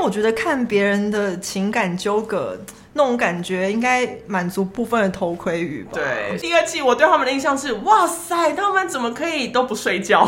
为我觉得看别人的情感纠葛那种感觉应该满足部分的偷窥欲吧。 对，第二季我对他们的印象是，哇塞，他们怎么可以都不睡觉？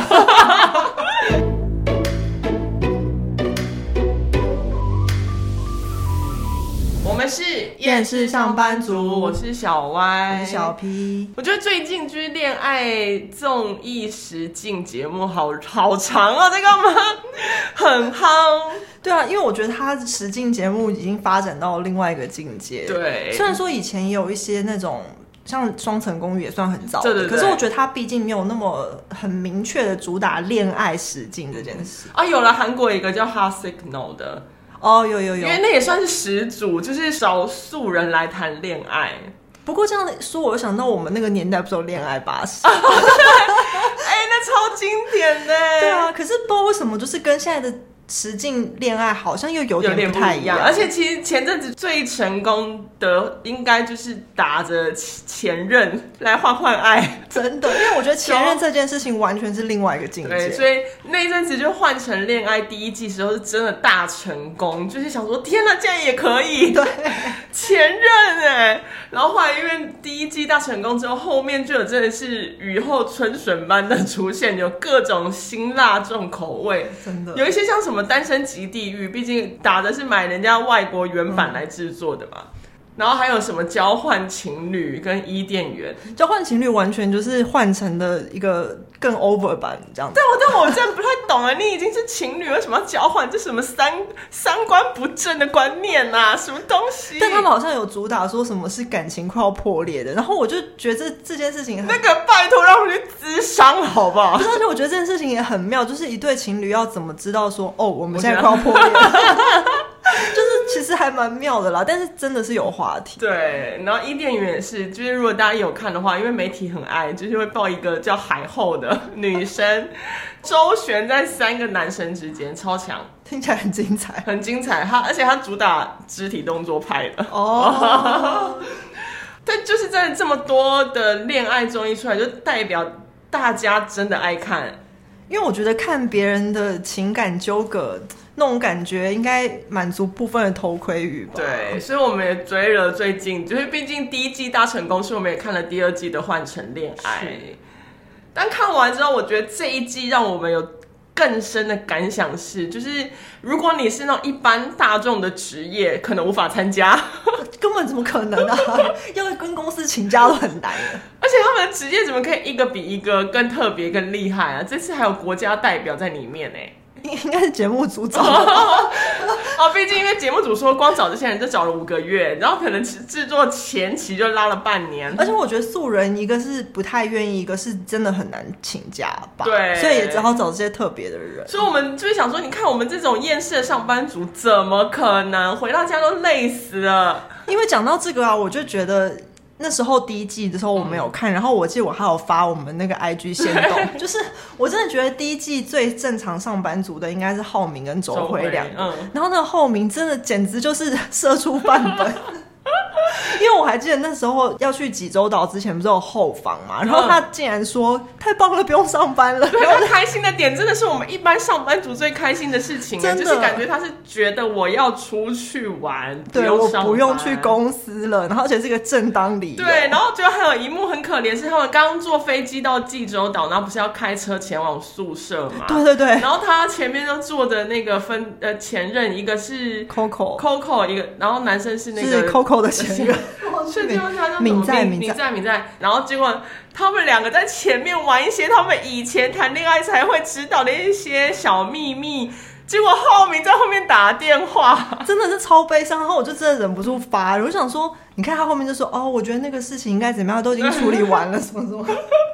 我们是厌世上班族， 我是小歪， 我是小 P。 我觉得最近就是恋爱综艺实境节目好长哦，在干嘛？很夯。 对啊，因为我觉得他实境节目已经发展到另外一个境界。 对， 虽然说以前也有一些那种像双层公寓也算很早的， 对， 可是我觉得他毕竟没有那么很明确的主打恋爱实境这件事啊。有了韩国一个叫 Hot Signal 的。 哦，有，因为那也算是始祖，就是少数人来谈恋爱。 不过这样说，我想到我们那个年代不是有恋爱巴士？ 哎，那超经典的。 对啊，可是不知道为什么，就是跟现在的实境恋爱好像又有点不太一样。 而且其实前阵子最成功的应该就是打着前任来换爱， 真的，因为我觉得前任这件事情完全是另外一个境界。 对，所以那一阵子就换成恋爱第一季时候是真的大成功，就是想说天哪，这样也可以。 对， 前任哎，然后后来因为第一季大成功之后，后面就有真的是雨后春笋般的出现，有各种辛辣重口味， 真的有一些像什么单身即地狱，毕竟打的是买人家外国原版来制作的嘛。然后还有什么交换情侣跟伊甸园， 交换情侣完全就是换成了一个更 over 版这样子。 但我真的不太懂啊！你已经是情侣，为什么要交换？这什么三观不正的观念啊？什么东西？ 但他们好像有主打说什么是感情快要破裂的，然后我就觉得这件事情很那个拜托让我去咨商好不好？ 而且我觉得这件事情也很妙，就是一对情侣要怎么知道说哦我们现在快要破裂了？就是其实还蛮妙的啦，但是真的是有话题。 对，然后伊甸园也是，就是如果大家有看的话，因为媒体很爱，就是会报一个叫海后的女生周旋在3个男生之间，超强， 听起来很精彩， 很精彩。而且他主打肢体动作派的哦。 但就是真的这么多的恋爱综艺出来，就代表大家真的爱看。 因为我觉得看别人的情感纠葛那种感觉应该满足部分的偷窥欲吧。 对，所以我们也追了最近，就是毕竟第一季大成功，所以我们也看了第2季的《换乘恋爱》。但看完之后，我觉得这一季让我们有更深的感想是，就是如果你是那种一般大众的职业，可能无法参加， 根本怎么可能啊？要跟公司请假都很难的。 而且他们的职业怎么可以一个比一个更特别、更厉害啊？这次还有国家代表在里面欸。 应该是节目组找的哦，毕竟因为节目组说光找这些人就找了5个月，然后可能制作前期就拉了半年。 而且我觉得素人一个是不太愿意，一个是真的很难请假吧。 对， 所以也只好找这些特别的人。 所以我们就是想说，你看我们这种厌世的上班族，怎么可能回到家都累死了？ 因为讲到这个啊，我就觉得。那时候第一季的时候我没有看，然后我记得我还有发我们那个 IG 限动，就是我真的觉得第一季最正常上班族的应该是浩明跟周辉两个，然后那个浩明真的简直就是社畜范本。因为我还记得那时候要去济州岛之前不是有后访嘛，然后他竟然说太棒了，不用上班了。 对，他开心的点真的是我们一般上班族最开心的事情，真的就是感觉他是觉得我要出去玩， 对，我不用去公司了，然后而且是一个正当理由。 对，然后觉得还有一幕很可怜，是他们刚坐飞机到济州岛，然后不是要开车前往宿舍嘛？ 对，然后他前面就坐的那个前任，一个是 Coco 一个，然后男生是那个是 Coco 的前任。 是叫敏在，然后结果他们2个在前面玩一些他们以前谈恋爱才会知道的一些小秘密，结果浩明在后面打电话， 真的是超悲伤。然后我就真的忍不住发，我就想说，你看他后面就说哦，我觉得那个事情应该怎么样，都已经处理完了，什么什么。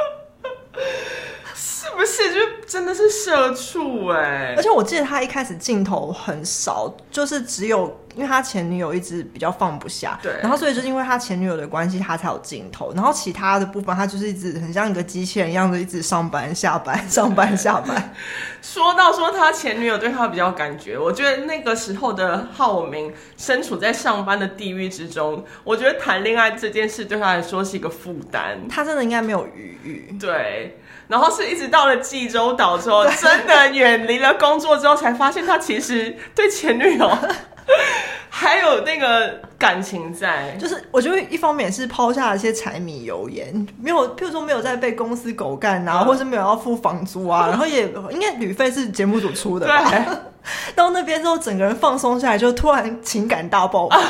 是不是就真的是社畜欸？ 而且我记得他一开始镜头很少，就是只有因为他前女友一直比较放不下， 对， 然后所以就是因为他前女友的关系，他才有镜头，然后其他的部分他就是一直很像一个机器人一样的一直上班下班上班下班。 说到说他前女友对他比较有感觉，我觉得那个时候的浩明身处在上班的地狱之中，我觉得谈恋爱这件事对他来说是一个负担， 他真的应该没有余裕。 对，然后是一直到了济州岛之后，真的远离了工作之后，才发现他其实对前女友还有那个感情在。 就是我觉得一方面是抛下了一些柴米油盐，没有，譬如说没有在被公司狗干啊，或是没有要付房租啊，然后也应该旅费是节目组出的吧。 对， 到那边之后，整个人放松下来，就突然情感大爆发。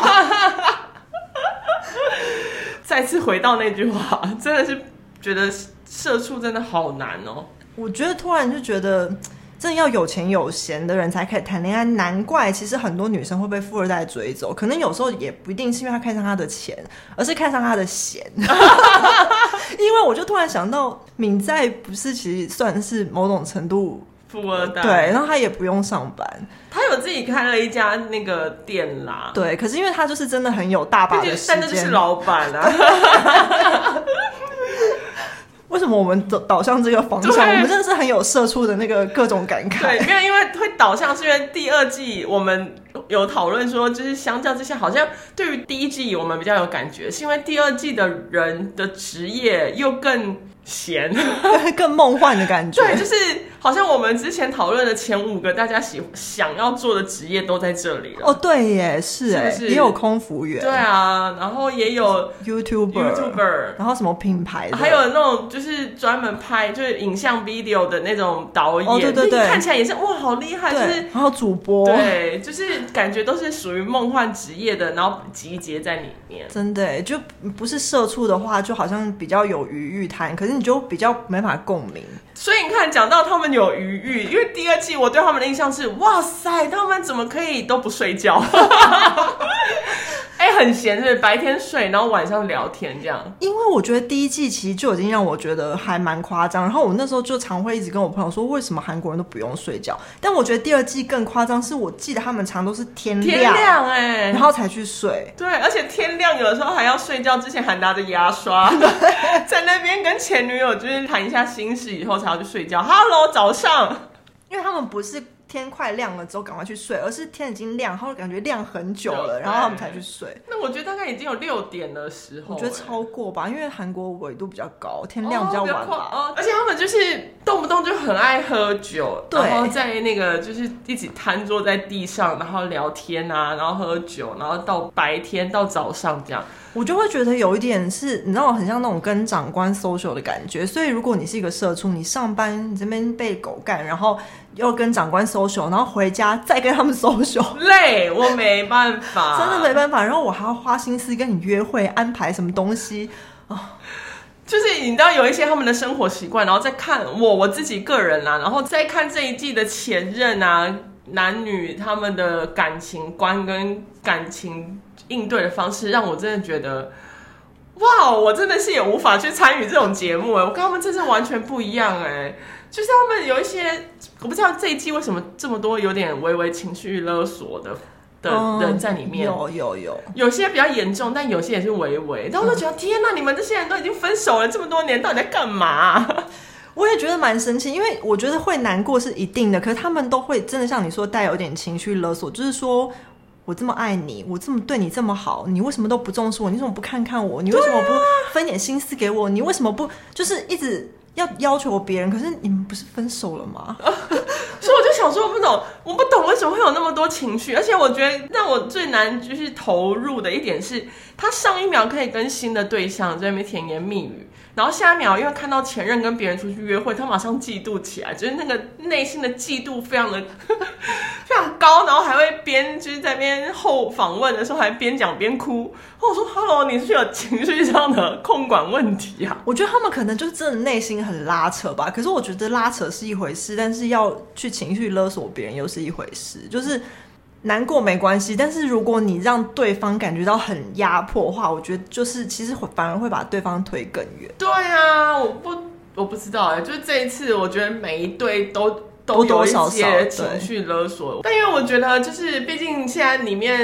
再次回到那句话，真的是觉得社畜真的好难哦。 我觉得突然就觉得，真的要有钱有闲的人才可以谈恋爱。难怪其实很多女生会被富二代追走，可能有时候也不一定是因为他看上他的钱，而是看上他的闲。因为我就突然想到，敏在不是其实算是某种程度富二代， 对，然后他也不用上班， 他有自己开了一家那个店啦。 对，可是因为他就是真的很有大把的时间， 但这就是老板啊。 为什么我们导向这个方向？我们真的是很有社畜的那个各种感慨。 对，因为会导向是因为第二季我们有讨论说，就是相较之下，好像对于第一季我们比较有感觉，是因为第二季的人的职业又更闲， 更梦幻的感觉。 对，就是好像我们之前讨论的前5个大家想要做的职业都在这里了。 哦，对耶，是耶，也有空服员， 对啊，然后也有 YouTuber， 然后什么品牌的， 还有那种就是专门拍就是影像 video 的那种导演， 哦，对对对， 看起来也是哇，好厉害，就是然后主播， 对，就是感觉都是属于梦幻职业的，然后集结在里面。 真的耶，就不是社畜的话，就好像比较有余裕谈，可是你就比较没法共鸣。 所以你看，讲到他们有余裕，因为第二季我对他们的印象是，哇塞，他们怎么可以都不睡觉？很闲，是不是白天睡，然后晚上聊天这样。 因为我觉得第一季其实就已经让我觉得还蛮夸张，然后我那时候就常会一直跟我朋友说，为什么韩国人都不用睡觉？但我觉得第二季更夸张，是我记得他们常都是天亮然后才去睡。 对，而且天亮有的时候还要睡觉之前还拿着牙刷，在那边跟前女友就是谈一下心事，以后才要去睡觉。Hello， 早上， 因为他们不是天快亮了之后赶快去睡，而是天已经亮，然后感觉亮很久了，然后他们才去睡。 那我觉得大概已经有6点的时候， 我觉得超过吧，因为韩国纬度比较高，天亮比较晚吧。 而且他们就是动不动就很爱喝酒， 对， 然后在那个就是一起瘫坐在地上，然后聊天啊，然后喝酒，然后到白天到早上这样。 我就会觉得有一点是，你知道，很像那种跟长官 social 的感觉。所以如果你是一个社畜，你上班你这边被狗干，然后又跟长官 social， 然后回家再跟他们 social， 累，我没办法， 真的没办法。然后我还要花心思跟你约会，安排什么东西就是你知道有一些他们的生活习惯，然后再看我自己个人啊，然后再看这一季的前任啊，男女他们的感情观跟感情应对的方式，让我真的觉得，哇，我真的是也无法去参与这种节目我跟他们真是完全不一样就是他们有一些，我不知道这一季为什么这么多有点微微情绪勒索的人在里面，有些比较严重，但有些也是微微，然后我就觉得天哪，你们这些人都已经分手了这么多年，到底在干嘛？ 我也觉得蛮生气，因为我觉得会难过是一定的，可是他们都会真的像你说带有点情绪勒索，就是说我这么爱你，我这么对你这么好，你为什么都不重视我？你为什么不看看我？你为什么不分点心思给我？你为什么不就是一直要求别人？可是你们不是分手了吗？ 所以我就想说，我不懂为什么会有那么多情绪，而且我觉得让我最难就是投入的一点是，他上一秒可以跟新的对象在那边甜言蜜语，然后下一秒因为看到前任跟别人出去约会，他马上嫉妒起来，就是那个内心的嫉妒非常的非常高，然后还会边就是在边后访问的时候还边讲边哭。我说 ：“Hello， 你是有情绪上的控管问题啊？” 我觉得他们可能就是真的内心很拉扯吧。可是我觉得拉扯是一回事，但是要去情绪勒索别人又是一回事。就是难过没关系，但是如果你让对方感觉到很压迫的话，我觉得就是其实反而会把对方推更远。 对啊，我不知道就是这一次我觉得每一对都有一些情绪勒索，但因为我觉得就是毕竟现在里面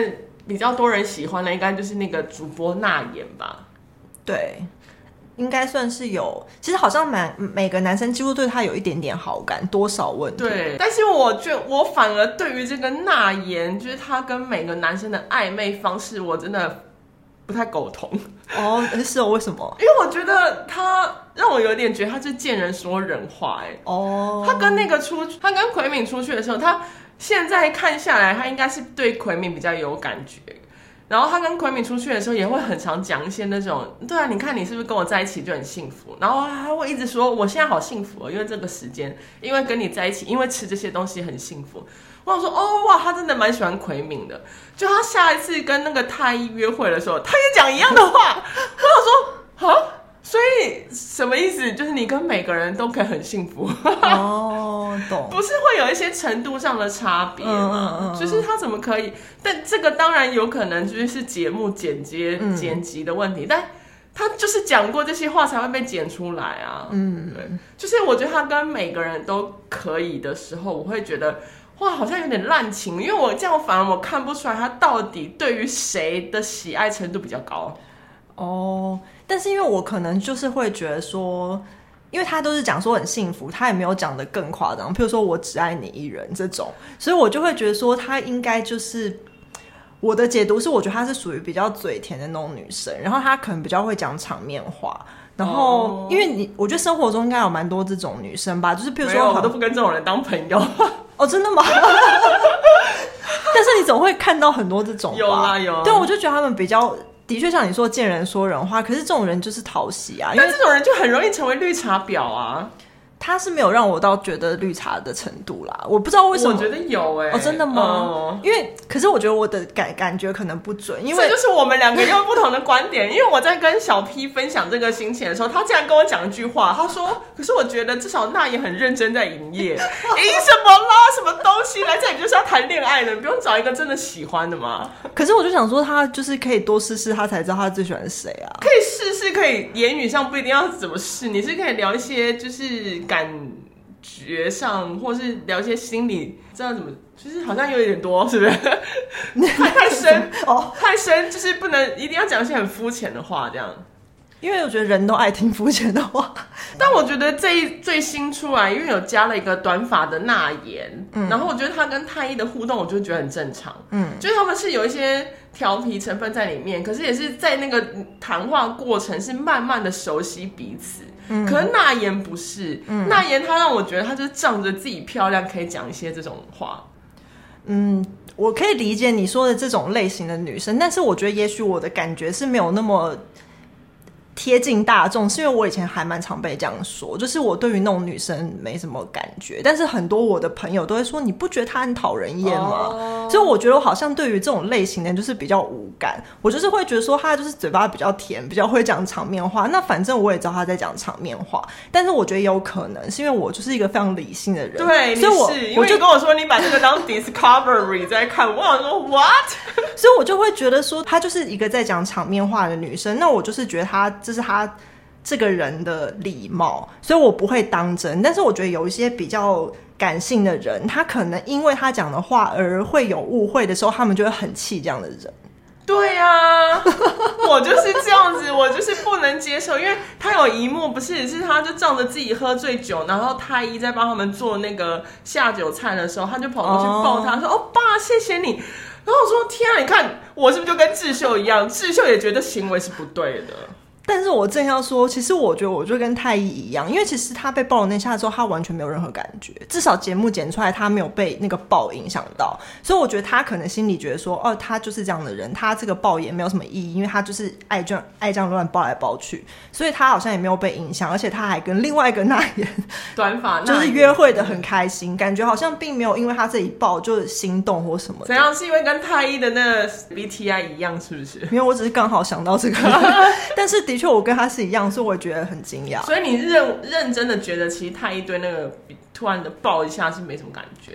比较多人喜欢的应该就是那个主播那言吧。 对，应该算是有，其实好像每个男生几乎对他有一点点好感，多少问题。 对，但是我觉得我反而对于这个那言，就是他跟每个男生的暧昧方式，我真的不太苟同。 哦，是哦，为什么？ 因为我觉得他让我有点觉得他是见人说人话。 哦， 他跟奎敏出去的时候，他现在看下来，他应该是对奎敏比较有感觉。然后他跟奎敏出去的时候，也会很常讲一些那种，对啊，你看你是不是跟我在一起就很幸福？然后他会一直说我现在好幸福因为这个时间，因为跟你在一起，因为吃这些东西很幸福。我想说，哦哇，他真的蛮喜欢奎敏的。就他下一次跟那个太一约会的时候，他也讲一样的话。我想说，啊，所以什么意思？就是你跟每个人都可以很幸福。 哦，懂。 不是会有一些程度上的差别吗？就是他怎么可以？但这个当然有可能就是节目剪辑的问题，但他就是讲过这些话才会被剪出来啊。对，就是我觉得他跟每个人都可以的时候，我会觉得哇，好像有点滥情，因为我这样反而我看不出来他到底对于谁的喜爱程度比较高。 哦，但是因为我可能就是会觉得说，因为他都是讲说很幸福，他也没有讲得更夸张，譬如说我只爱你一人这种，所以我就会觉得说他应该就是我的解读是，我觉得她是属于比较嘴甜的那种女生，然后她可能比较会讲场面话。然后，因为我觉得生活中应该有蛮多这种女生吧，就是譬如说， 我都不跟这种人当朋友。 哦，真的吗？但是你总会看到很多这种吧， 有啊有啊。 对，我就觉得他们比较。的确像你说见人说人话，可是这种人就是讨喜啊，因为但这种人就很容易成为绿茶婊啊。 他是没有让我到觉得绿茶的程度啦，我不知道为什么。 我觉得有哦，真的吗？因为可是我觉得我的感觉可能不准，因为这就是我们两个用不同的观点。因为我在跟小 P 分享这个心情的时候，他竟然跟我讲一句话，他说：“可是我觉得至少那也很认真在营业，营什么啦？什么东西来这里就是要谈恋爱的，你不用找一个真的喜欢的吗？” 可是我就想说，他就是可以多试试，他才知道他最喜欢谁啊。 可以试试，可以言语上不一定要怎么试，你是可以聊一些就是感觉上，或是聊一些心理，这样怎么就是好像有点多，是不是？太深哦，太深，就是不能一定要讲一些很肤浅的话，这样。 因为我觉得人都爱听肤浅的话， 但我觉得最新出来，因为有加了一个短发的那言，然后我觉得他跟太一的互动，我就觉得很正常，就是他们是有一些调皮成分在里面，可是也是在那个谈话过程是慢慢的熟悉彼此。可是那言不是，那言他让我觉得他就是仗着自己漂亮可以讲一些这种话。 我可以理解你说的这种类型的女生，但是我觉得也许我的感觉是没有那么贴近大众，是因为我以前还蛮常被这样说，就是我对于那种女生没什么感觉，但是很多我的朋友都会说你不觉得她很讨人厌吗？所以我觉得我好像对于这种类型的就是比较无感，我就是会觉得说她就是嘴巴比较甜，比较会讲场面话，那反正我也知道她在讲场面话，但是我觉得有可能是因为我就是一个非常理性的人， 对， 所以因为你跟我说你把这个当 Discovery 在看，我想说 What？ 所以我就会觉得说她就是一个在讲场面话的女生，那我就是觉得她这是她这个人的礼貌，所以我不会当真。但是我觉得有一些比较感性的人，他可能因为他讲的话而会有误会的时候，他们就会很气这样的人。 对啊，我就是这样子，我就是不能接受，因为他有一幕不是他就仗着自己喝醉酒，然后太一在帮他们做那个下酒菜的时候，他就跑过去抱他说：“哦，爸，谢谢你。”然后我说：“天啊，你看我是不是就跟智秀一样？智秀也觉得行为是不对的。” 但是我正要说，其实我觉得我就跟太一一样，因为其实他被抱了那下之后，他完全没有任何感觉，至少节目剪出来他没有被那个抱影响到，所以我觉得他可能心里觉得说，哦，他就是这样的人，他这个抱也没有什么意义，因为他就是爱这样乱抱来抱去，所以他好像也没有被影响，而且他还跟另外一个那言短发就是约会的很开心，感觉好像并没有因为他这一抱就心动或什么的。 怎样？是因为跟太一的那个 BTI 一样，是不是？ 因为我只是刚好想到这个，但是的确我跟他是一样，所以我觉得很惊讶。 所以你认真的觉得，其实太一对那个突然的抱一下是没什么感觉的？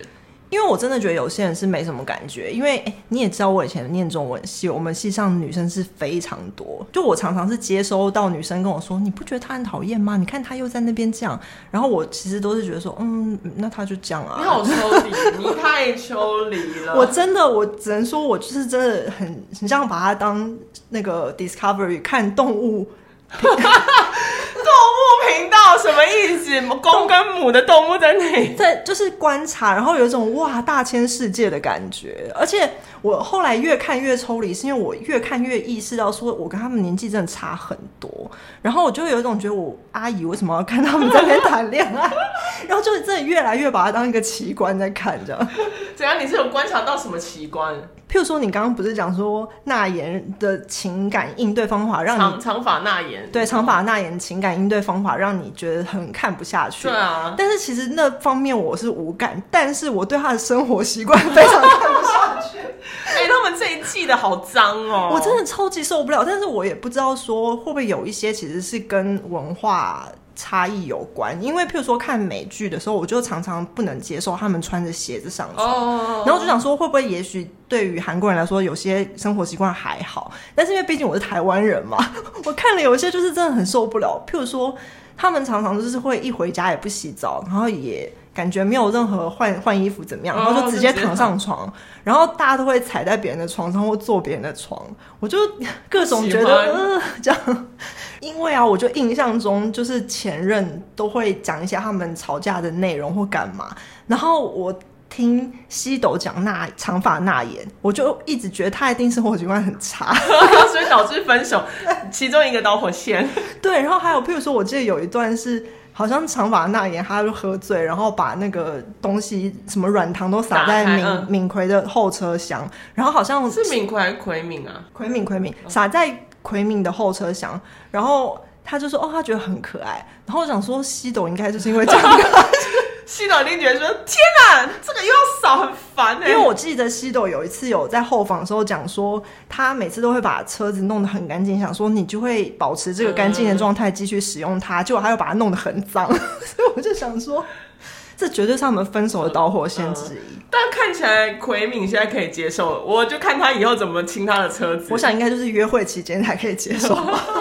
因为我真的觉得有些人是没什么感觉，因为你也知道我以前念中文系，我们系上女生是非常多，就我常常是接收到女生跟我说你不觉得她很讨厌吗？你看她又在那边这样，然后我其实都是觉得说那她就这样啊。 你好抽离，你太抽离了。 我只能说我就是真的很像把它当那个 Discovery 看动物频道什么意思？公跟母的动物在那里， 对，就是观察，然后有一种哇大千世界的感觉。而且我后来越看越抽离，是因为我越看越意识到说我跟他们年纪真的差很多，然后我就有一种觉得我阿姨为什么要看他们在那边谈恋爱然后就真的越来越把它当一个奇观在看这样。 怎样？你是有观察到什么奇观？ 譬如说你刚刚不是讲说那言的情感应对方法让你长发那言， 对，长发那言情感应对方法让你觉得很看不下去。 对啊， 但是其实那方面我是无感，但是我对他的生活习惯非常看不下去他们这一季的好脏哦， 我真的超级受不了。但是我也不知道说会不会有一些其实是跟文化差异有关，因为譬如说看美剧的时候，我就常常不能接受他们穿着鞋子上床，然后我就想说会不会也许对于韩国人来说有些生活习惯还好，但是因为毕竟我是台湾人嘛，我看了有一些就是真的很受不了。譬如说他们常常就是会一回家也不洗澡，然后也感觉没有任何换衣服怎么样，然后就直接躺上床，然后大家都会踩在别人的床上或坐别人的床，我就各种觉得这样。因为啊，我就印象中就是前任都会讲一些他们吵架的内容或干嘛，然后我听西斗讲长发那言，我就一直觉得他一定生活习惯很差所以导致分手其中一个导火线。 对，然后还有譬如说我记得有一段是好像长发那言他就喝醉，然后把那个东西什么软糖都撒在敏奎的后车厢，然后好像是敏奎还是奎敏啊？ 奎敏撒在奎敏的后车厢，然后他就说他觉得很可爱，然后我想说西斗应该就是因为这样西斗一定觉得说天哪，这个又要扫很烦因为我记得西斗有一次有在后访的时候讲说他每次都会把车子弄得很干净，想说你就会保持这个干净的状态继续使用它，结果他又把它弄得很脏所以我就想说这绝对是他们分手的导火线之一但看起来奎敏现在可以接受，我就看他以后怎么清他的车子。 我想应该就是约会期间才可以接受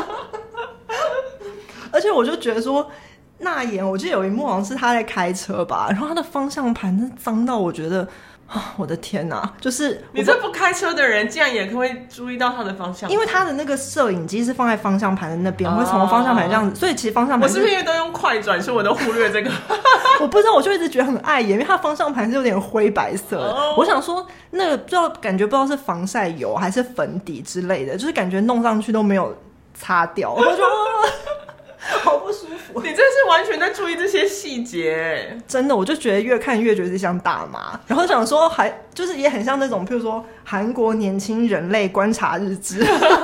而且我就觉得说那言，我记得有一幕好像是他在开车吧，然后他的方向盘真脏到我觉得我的天哪，就是你这不开车的人竟然也会注意到他的方向盘， 因为他的那个摄影机是放在方向盘的那边，会从方向盘这样子，所以其实方向盘我是不是因为都用快转，所以我都忽略这个我不知道，我就一直觉得很碍眼，因为他的方向盘是有点灰白色的我想说那个感觉不知道是防晒油还是粉底之类的，就是感觉弄上去都没有擦掉我就好不舒服。 你真是完全在注意这些细节真的，我就觉得越看越觉得像大妈，然后想说还就是也很像那种譬如说韩国年轻人类观察日志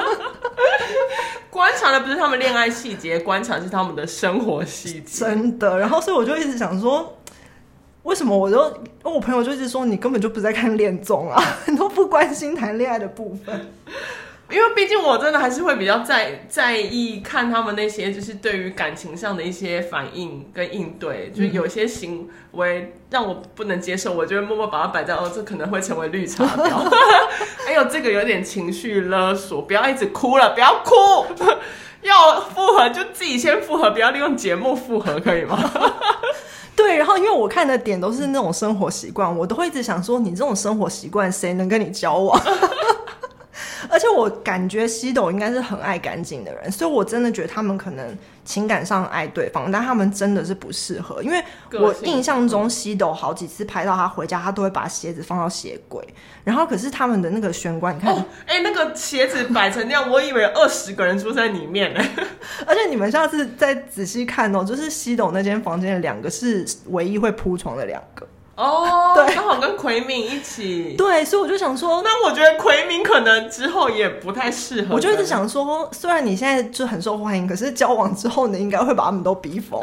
观察的不是他们恋爱细节，观察是他们的生活细节， 真的。然后所以我就一直想说为什么我朋友就一直说你根本就不在看恋综啊你都不关心谈恋爱的部分因为毕竟我真的还是会比较在意看他们那些就是对于感情上的一些反应跟应对，就是有些行为让我不能接受，我就会默默把它摆在这可能会成为绿茶婊还有这个有点情绪勒索，不要一直哭了，不要哭要复合就自己先复合，不要利用节目复合，可以吗对，然后因为我看的点都是那种生活习惯，我都会一直想说你这种生活习惯谁能跟你交往而且我感觉西斗应该是很爱干净的人，所以我真的觉得他们可能情感上爱对方，但他们真的是不适合。因为我印象中西斗好几次拍到他回家，他都会把鞋子放到鞋柜，然后可是他们的那个玄关你看那个鞋子摆成那样我以为20个人住在里面而且你们下次再仔细看就是西斗那间房间的2个是唯一会铺床的2个对，刚好跟奎敏一起。 对，所以我就想说， 那我觉得奎敏可能之后也不太适合。 我就一直想说，虽然你现在就很受欢迎，可是交往之后你应该会把他们都逼疯。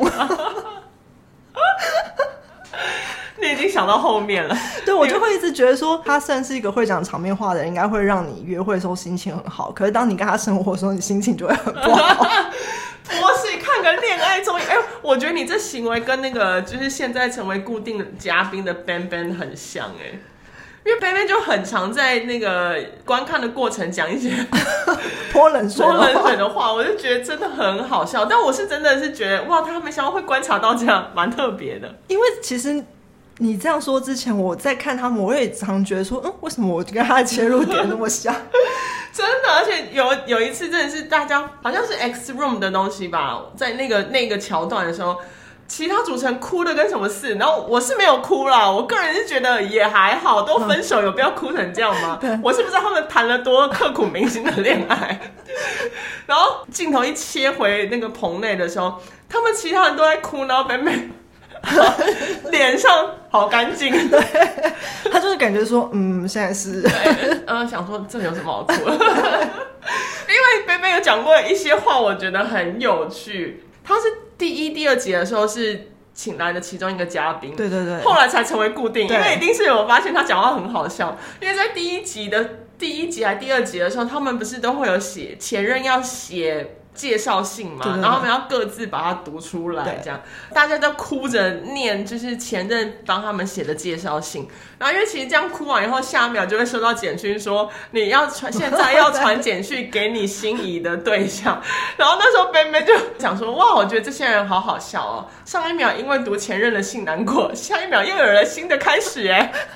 你已经想到后面了。 对，我就会一直觉得说，他算是一个会讲场面话的人，应该会让你约会的时候心情很好。可是当你跟他生活的时候，你心情就会很不好。 不是看个恋爱综艺。我觉得你这行为跟那个就是现在成为固定嘉宾的 Ben Ben 很像因为 Ben Ben 就很常在那个观看的过程讲一些泼冷水的话，我就觉得真的很好笑。但我是真的是觉得哇，他没想到会观察到这样，蛮特别的。 因为其实你这样说之前，我在看他们，我也常觉得说，为什么我跟他的切入点那么像？ 真的，而且有一次真的是大家好像是 X Room 的东西吧，在那个桥段的时候，其他主持人哭的跟什么似，然后我是没有哭啦，我个人是觉得也还好，都分手有必要哭成这样吗？我是不知道他们谈了多刻骨铭心的恋爱。然后镜头一切回那个棚内的时候，他们其他人都在哭，然后北美脸上好干净， 对，他就是感觉说，现在是， 对，想说这有什么好哭的？因为北北有讲过一些话，我觉得很有趣。他是第1、第2集的时候是请来的其中一个嘉宾， 对对对， 后来才成为固定，因为一定是有发现他讲话很好笑。因为在第1集还第2集的时候，他们不是都会有写前任要写介绍信嘛，然后他们要各自把它读出来，这样大家都哭着念，就是前任帮他们写的介绍信。然后因为其实这样哭完以后，下一秒就会收到简讯说你要现在要传简讯给你心仪的对象。然后那时候贝贝就想说，哇，我觉得这些人好好笑哦。上一秒因为读前任的信难过，下一秒又有了新的开始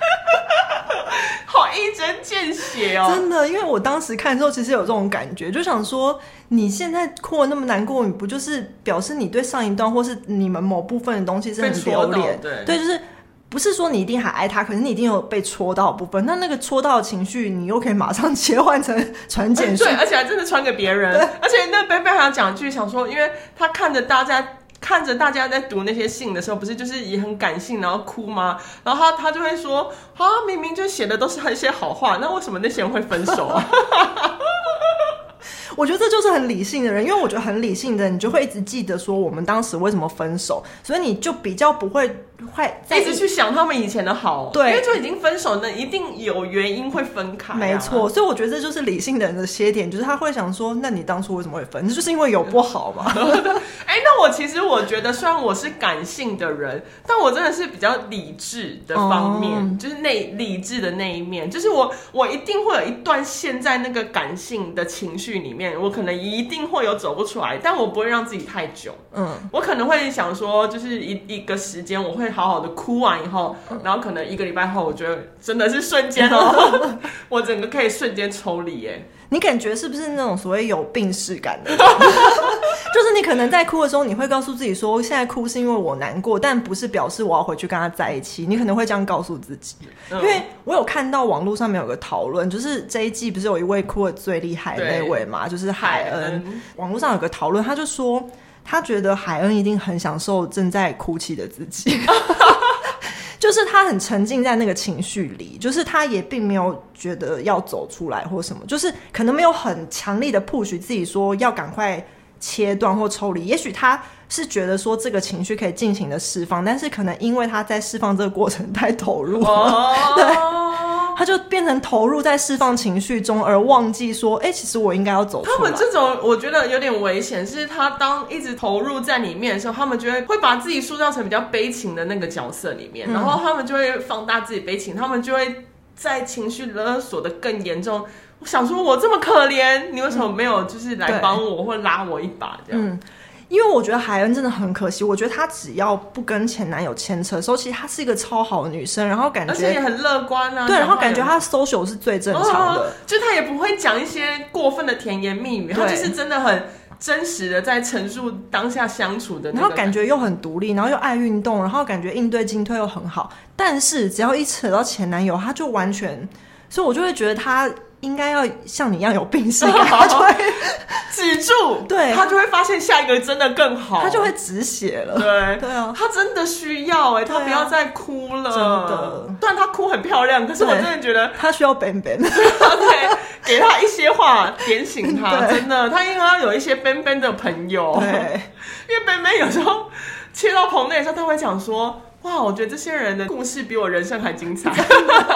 好一针见血哦！ 真的，因为我当时看的时候，其实有这种感觉，就想说，你现在哭得那么难过，你不就是表示你对上一段或是你们某部分的东西是很留恋？对，就是不是说你一定还爱他，可是你一定有被戳到的部分。那个戳到的情绪，你又可以马上切换成传简讯， 对，而且还真的传给别人。而且那贝贝还要讲一句，想说，因为他看着大家在读那些信的时候，不是就是也很感性，然后哭吗？然后他就会说，明明就写的都是一些好话，那为什么那些人会分手啊？ 我觉得这就是很理性的人，因为我觉得很理性的人，你就会一直记得说我们当时为什么分手，所以你就比较不会一直去想他们以前的好， 对， 因为就已经分手了，一定有原因会分开没错，所以我觉得这就是理性的人的缺点，就是他会想说，那你当初为什么会分？就是因为有不好嘛。 那其实我觉得，虽然我是感性的人，但我真的是比较理智的方面，就是理智的那一面，就是我一定会有一段陷在那个感性的情绪里面，我可能一定会有走不出来，但我不会让自己太久。我可能会想说，就是一个时间，我会好好的哭完以后，然后可能1个礼拜后，我觉得真的是瞬间我整个可以瞬间抽离你感觉是不是那种所谓有病识感的？就是你可能在哭的时候，你会告诉自己说，现在哭是因为我难过，但不是表示我要回去跟他在一起。你可能会这样告诉自己。因为我有看到网络上面有个讨论，就是这一季不是有一位哭得最厉害的那位嘛，就是海恩。网络上有个讨论，他就说他觉得海恩一定很享受正在哭泣的自己。就是他很沉浸在那个情绪里，就是他也并没有觉得要走出来或什么，就是可能没有很强力的 push 自己说要赶快切断或抽离，也许他是觉得说这个情绪可以尽情的释放，但是可能因为他在释放这个过程太投入了，对，他就变成投入在释放情绪中，而忘记说其实我应该要走出来。 他们这种我觉得有点危险，是他当一直投入在里面的时候，他们就会把自己塑造成比较悲情的那个角色里面，然后他们就会放大自己悲情，他们就会在情绪勒索的更严重。我想说，我这么可怜，你为什么没有就是来帮我或拉我一把这样？ 因为我觉得海恩真的很可惜，我觉得她只要不跟前男友牵扯的时候，其实她是一个超好的女生，然后感觉而且也很乐观啊， 对，然后感觉她 social 是最正常的， 就她也不会讲一些过分的甜言蜜语，她就是真的很真实的在陈述当下相处的那个， 然后感觉又很独立，然后又爱运动，然后感觉应对进退又很好，但是只要一扯到前男友，她就完全，所以我就会觉得她应该要像你一样有病识感，他就会止住， 对， 他就会发现下一个真的更好， 他就会止血了。 对啊， 他真的需要他不要再哭了，真的。 虽然他哭很漂亮，可是我真的觉得他需要 Ben Ben， 对，给他一些话点醒他，真的，他应该要有一些 Ben Ben 的朋友， 对， 因为 Ben Ben 有时候切到棚内的时候，他会讲说，哇，我觉得这些人的故事比我人生还精彩。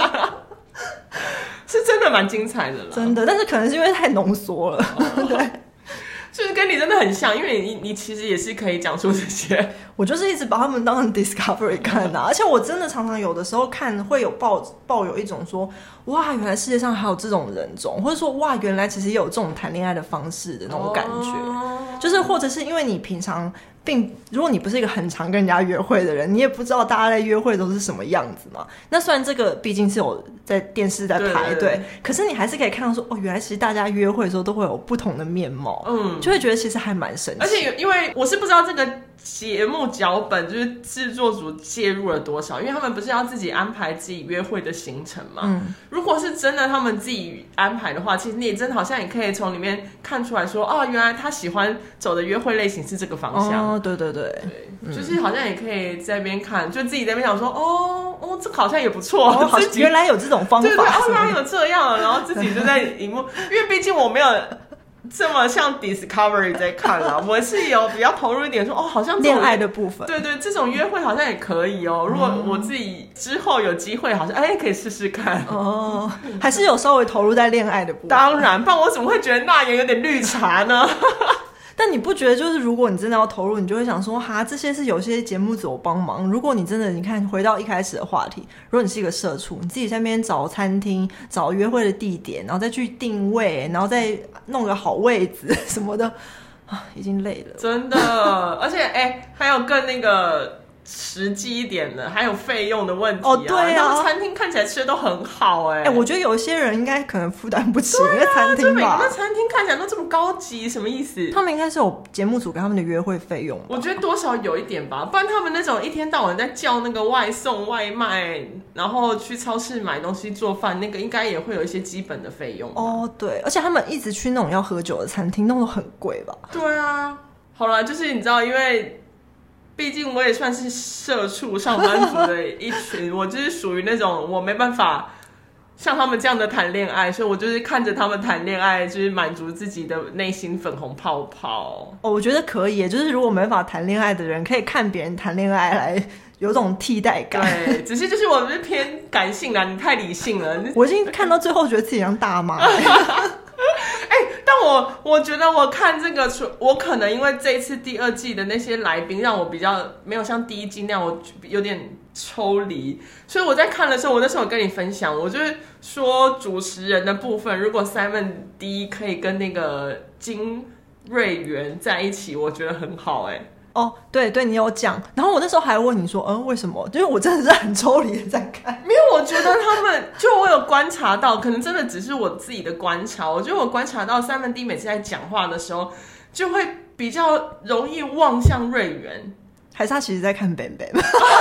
是真的蛮精彩的啦， 真的，但是可能是因为太浓缩了，对。 就是跟你真的很像，因为你其实也是可以讲出这些。 我就是一直把他们当成 Discovery 看而且我真的常常有的时候看会有抱有一种说，哇，原来世界上还有这种人种，或者说哇，原来其实也有这种谈恋爱的方式的那种感觉，就是或者是因为你平常如果你不是一个很常跟人家约会的人，你也不知道大家在约会都是什么样子嘛。那虽然这个毕竟是有在电视在拍，对，可是你还是可以看到说，原来其实大家约会的时候都会有不同的面貌，就会觉得其实还蛮神奇。 而且因为我是不知道这个节目脚本就是制作组介入了多少，因为他们不是要自己安排自己约会的行程嘛。如果是真的他们自己安排的话，其实你也真的好像也可以从里面看出来说，原来他喜欢走的约会类型是这个方向。 对， 就是好像也可以在那边看，就自己在那边想说，这个好像也不错， 原来有这种方法， 对，原来有这样，然后自己就在荧幕，因为毕竟我没有这么像 Discovery 在看啦，我是有比较投入一点说，好像恋爱的部分， 对，这种约会好像也可以哦。如果我自己之后有机会，好像可以试试看还是有稍微投入在恋爱的部分。 当然，不然我怎么会觉得那也有点绿茶呢？ 但你不觉得就是如果你真的要投入，你就会想说这些是有些节目组帮忙。如果你真的你看回到一开始的话题，如果你是一个社畜，你自己在那边找餐厅找约会的地点，然后再去定位，然后再弄个好位置什么的已经累了， 真的。而且还有更那个实际一点的，还有费用的问题对他们餐厅看起来吃的都很好我觉得有些人应该可能负担不起那个餐厅吧。 每个餐厅看起来都这么高级，什么意思？ 他们应该是有节目组给他们的约会费用吧， 我觉得多少有一点吧，不然他们那种一天到晚在叫那个外送外卖，然后去超市买东西做饭，那个应该也会有一些基本的费用对，而且他们一直去那种要喝酒的餐厅，弄得很贵吧。 对啊，好啦，就是你知道，因为毕竟我也算是社畜上班族的一群，我就是属于那种我没办法像他们这样的谈恋爱，所以我就是看着他们谈恋爱，就是满足自己的内心粉红泡泡。 我觉得可以，就是如果没办法谈恋爱的人，可以看别人谈恋爱来有种替代感。 对，只是就是我是偏感性啦，你太理性了。 我已经看到最后觉得自己像大妈。 但我觉得我看这个，我可能因为这一次第二季的那些来宾让我比较没有像第一季那样，我有点抽离，所以我在看的时候，我那时候有跟你分享，我就是说主持人的部分，如果 Simon D 可以跟那个金瑞元在一起，我觉得很好对，你有讲，然后我那时候还问你说，为什么？因为我真的是很抽离的在看。 因为我觉得他们，就我有观察到，可能真的只是我自己的观察，我觉得我观察到Simon D每次在讲话的时候，就会比较容易望向瑞元， 还是他其实在看 Bang Bang？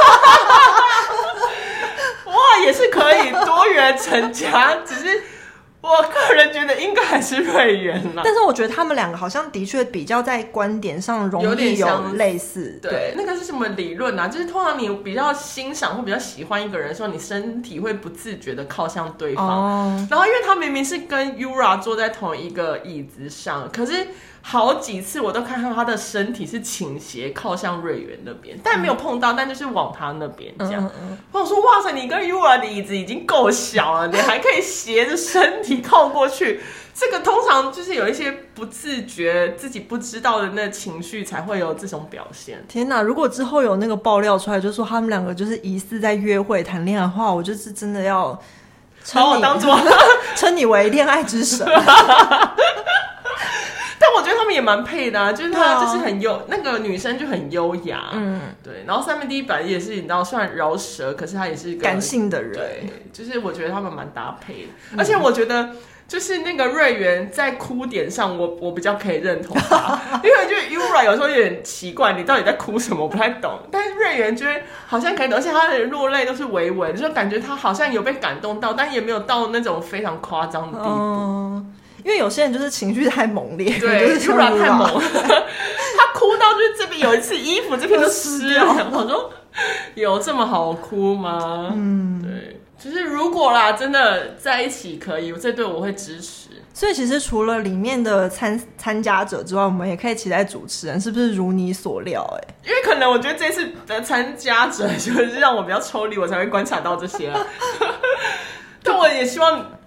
哇，也是可以多元成家，只是我个人觉得应该还是瑞元啦。 但是我觉得他们两个好像的确比较在观点上容易有类似。 对，那个是什么理论啊？就是通常你比较欣赏或比较喜欢一个人的时候，你身体会不自觉的靠向对方。然后因为他明明是跟 Yura 坐在同一个椅子上，可是好几次我都看到他的身体是倾斜靠向瑞元那边，但没有碰到，但就是往他那边这样。我说哇塞，你跟 Yura 的椅子已经够小了，你还可以斜着身体靠过去。这个通常就是有一些不自觉、自己不知道的那情绪才会有这种表现。 天哪！如果之后有那个爆料出来，就说他们两个就是疑似在约会谈恋爱的话，我就是真的要把我当作称你为恋爱之神。 但我觉得他们也蛮配的就是他就是很那个女生就很优雅，对。然后Simon D本来也是你知道，虽然饶舌，可是他也是个感性的人， 对，就是我觉得他们蛮搭配的。而且我觉得就是那个瑞元在哭点上我比较可以认同他，因为就 Yura 有时候有点奇怪，你到底在哭什么，我不太懂。但是瑞元觉得好像可以懂，而且他的落泪都是微微的，就感觉他好像有被感动到，但也没有到那种非常夸张的地步。 因为有些人就是情绪太猛烈， 对，Yura 太猛了，他哭到就是这边有一次衣服这边都湿了。我说有这么好哭吗？对，就是如果啦，真的在一起可以，这对我会支持。 所以其实除了里面的参加者之外，我们也可以期待主持人是不是如你所料？ 因为可能我觉得这次的参加者就是让我比较抽离，我才会观察到这些但我也希望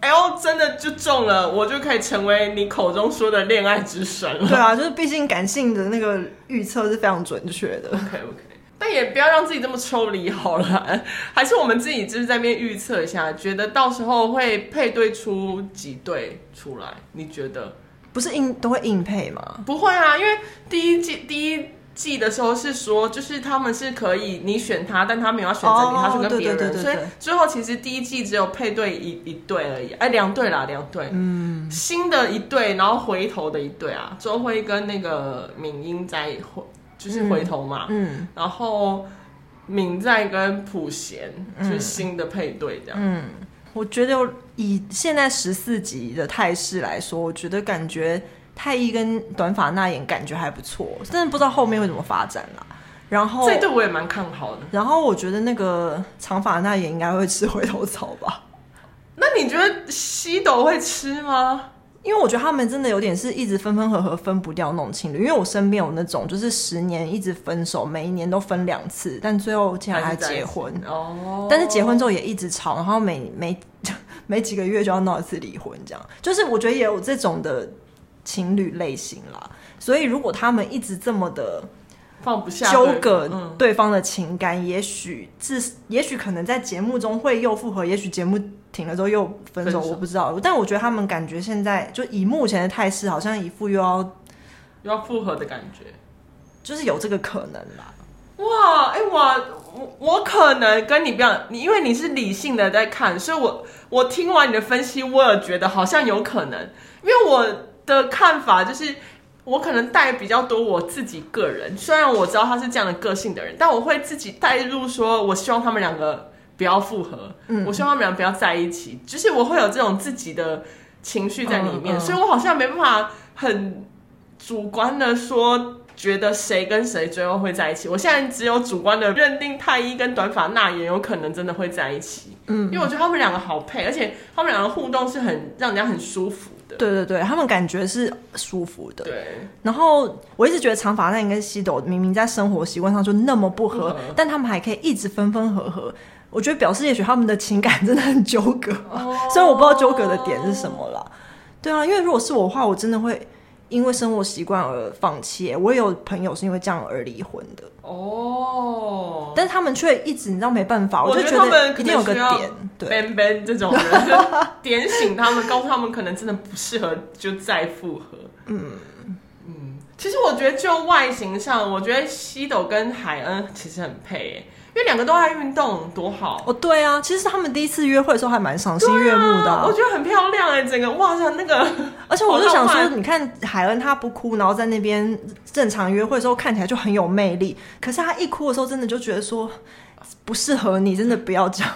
哎呦，真的就中了，我就可以成为你口中说的恋爱之神了。 对啊，就是毕竟感性的那个预测是非常准确的。 OK， 但也不要让自己这么抽离好了，还是我们自己就是在那边预测一下，觉得到时候会配对出几对出来？你觉得？ 不是都会硬配吗？ 不会啊，因为第一季的时候是说，就是他们是可以你选他，但他没有要选择你，他去跟别人，所以最后其实第一季只有配对一对而已，两对啦，两对，新的一对，然后回头的一对啊，周辉跟那个敏英在就是回头嘛，然后敏在跟普贤就是新的配对这样， 我觉得以现在14集的态势来说，我觉得感觉太一跟短发那演感觉还不错，真的不知道后面会怎么发展啦。然后这对我也蛮看好的。 然后我觉得那个长发那演应该会吃回头草吧。 那你觉得西斗会吃吗？ 因为我觉得他们真的有点是一直分分合合分不掉那种情侣，因为我身边有那种就是10年一直分手，每一年都分2次，但最后竟然还结婚哦。但是结婚之后也一直吵，然后每几个月就要闹一次离婚，这样就是我觉得也有这种的情侣类型啦。所以如果他们一直这么的放不下纠葛对方的情感，也许可能在节目中会又复合，也许节目停了之后又分手，我不知道。但我觉得他们感觉现在就以目前的态势，好像一副又要复合的感觉， 就是有这个可能啦。 哇，我可能跟你不一样，因为你是理性的在看，所以我听完你的分析，我也觉得好像有可能，因为我的看法就是。我可能带比较多我自己个人，虽然我知道他是这样的个性的人，但我会自己带入说，我希望他们两个不要复合，我希望他们俩不要在一起，就是我会有这种自己的情绪在里面，所以我好像没办法很主观的说觉得谁跟谁最后会在一起。我现在只有主观的认定太一跟短发那也有可能真的会在一起，因为我觉得他们两个好配，而且他们两个互动是很让人家很舒服。 对对对，他们感觉是舒服的。 对， 然后我一直觉得长发那跟西斗明明在生活习惯上就那么不合，但他们还可以一直分分合合，我觉得表示也许他们的情感真的很纠葛，虽然我不知道纠葛的点是什么啦。对啊，因为如果是我的话，我真的会因为生活习惯而放弃。我也有朋友是因为这样而离婚的哦，但是他们却一直你知道没办法，我就觉得一定有个点。对 ，ban ban 这种人就点醒他们，告诉他们可能真的不适合就再复合。其实我觉得就外形上，我觉得西斗跟海恩其实很配耶，因为两个都爱运动，多好哦！ 对啊，其实他们第一次约会的时候还蛮赏心悦目的， 我觉得很漂亮哎，整个哇塞那个， 而且我就想说，你看海恩他不哭，然后在那边正常约会的时候看起来就很有魅力，可是他一哭的时候，真的就觉得说不适合你，真的不要这样。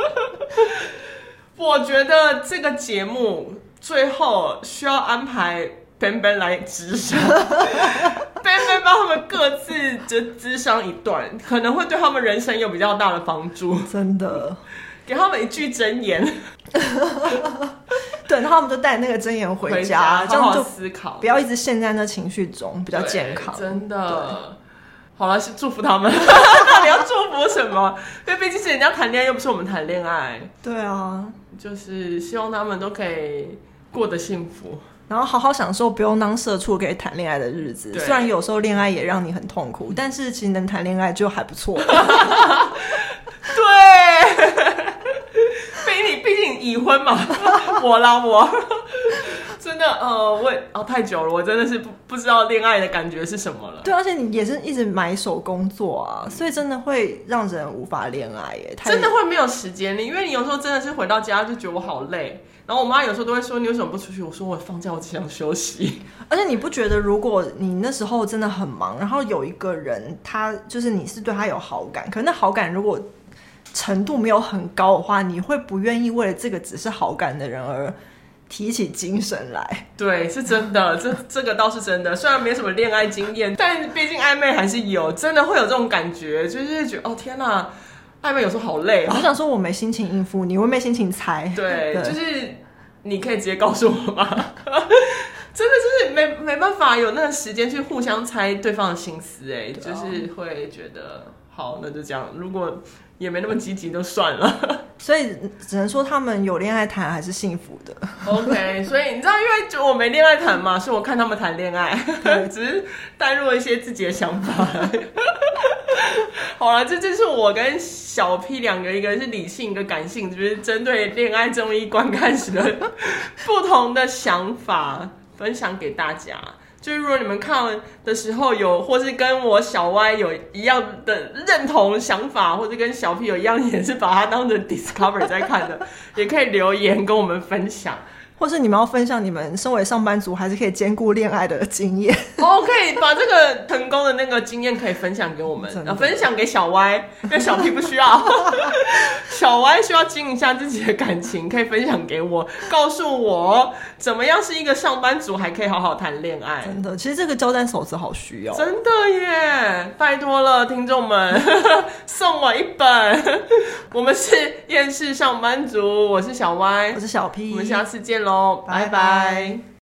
我觉得这个节目最后需要安排Ben Ben 来咨商Ben Ben 帮他们各自就咨商一段，可能会对他们人生有比较大的帮助。 真的， 给他们一句箴言。 对，然后他们就带那个箴言回家，这样就思考， 不要一直陷在那情绪中，比较健康。 真的。好了，祝福他们。到底要祝福什么？因为毕竟是人家谈恋爱，又不是我们谈恋爱。 对啊， 就是希望他们都可以过得幸福， 然后好好享受不用当社畜可以谈恋爱的日子。虽然有时候恋爱也让你很痛苦，但是其实能谈恋爱就还不错。 对，毕竟已婚嘛，我真的太久了，我真的是不知道恋爱的感觉是什么了。 对，而且你也是一直埋首工作啊，所以真的会让人无法恋爱耶， 真的会没有时间。因为你有时候真的是回到家就觉得我好累，然后我妈有时候都会说你为什么不出去？我说我放假我只想休息。 而且你不觉得如果你那时候真的很忙，然后有一个人他就是你是对他有好感，可是那好感如果程度没有很高的话，你会不愿意为了这个只是好感的人而提起精神来？ 对，是真的，这个倒是真的。虽然没什么恋爱经验，但毕竟暧昧还是有，真的会有这种感觉，就是觉得哦天哪，暧昧有时候好累我想说我没心情应付你，我没心情猜。 对，就是你可以直接告诉我吗？真的就是没办法有那个时间去互相猜对方的心思，就是会觉得好，那就这样，如果也没那么积极就算了。 所以只能说他们有恋爱谈还是幸福的。 OK， 所以你知道，因为我没恋爱谈嘛，是我看他们谈恋爱，只是带入了一些自己的想法。好了，这就是我跟小 P 两个，一个是理性，一个感性，就是针对恋爱综艺观看时的不同的想法分享给大家。就是如果你们看的时候有，或是跟我小 Y 有一样的认同想法，或者跟小 P 有一样也是把它当成 Discover 在看的，也可以留言跟我们分享。 或是你们要分享你们身为上班族还是可以兼顾恋爱的经验。 可以把这个成功的那个经验可以分享给我们，分享给小 Y， 因为小 P 不需要。小 Y 需要经营一下自己的感情，可以分享给我，告诉我怎么样是一个上班族还可以好好谈恋爱。 真的，其实这个交战守则好需要， 真的耶！拜托了，听众们，送我一本。我们是厌世上班族，我是小 Y， 我是小 P， 我们下次见喽，拜拜。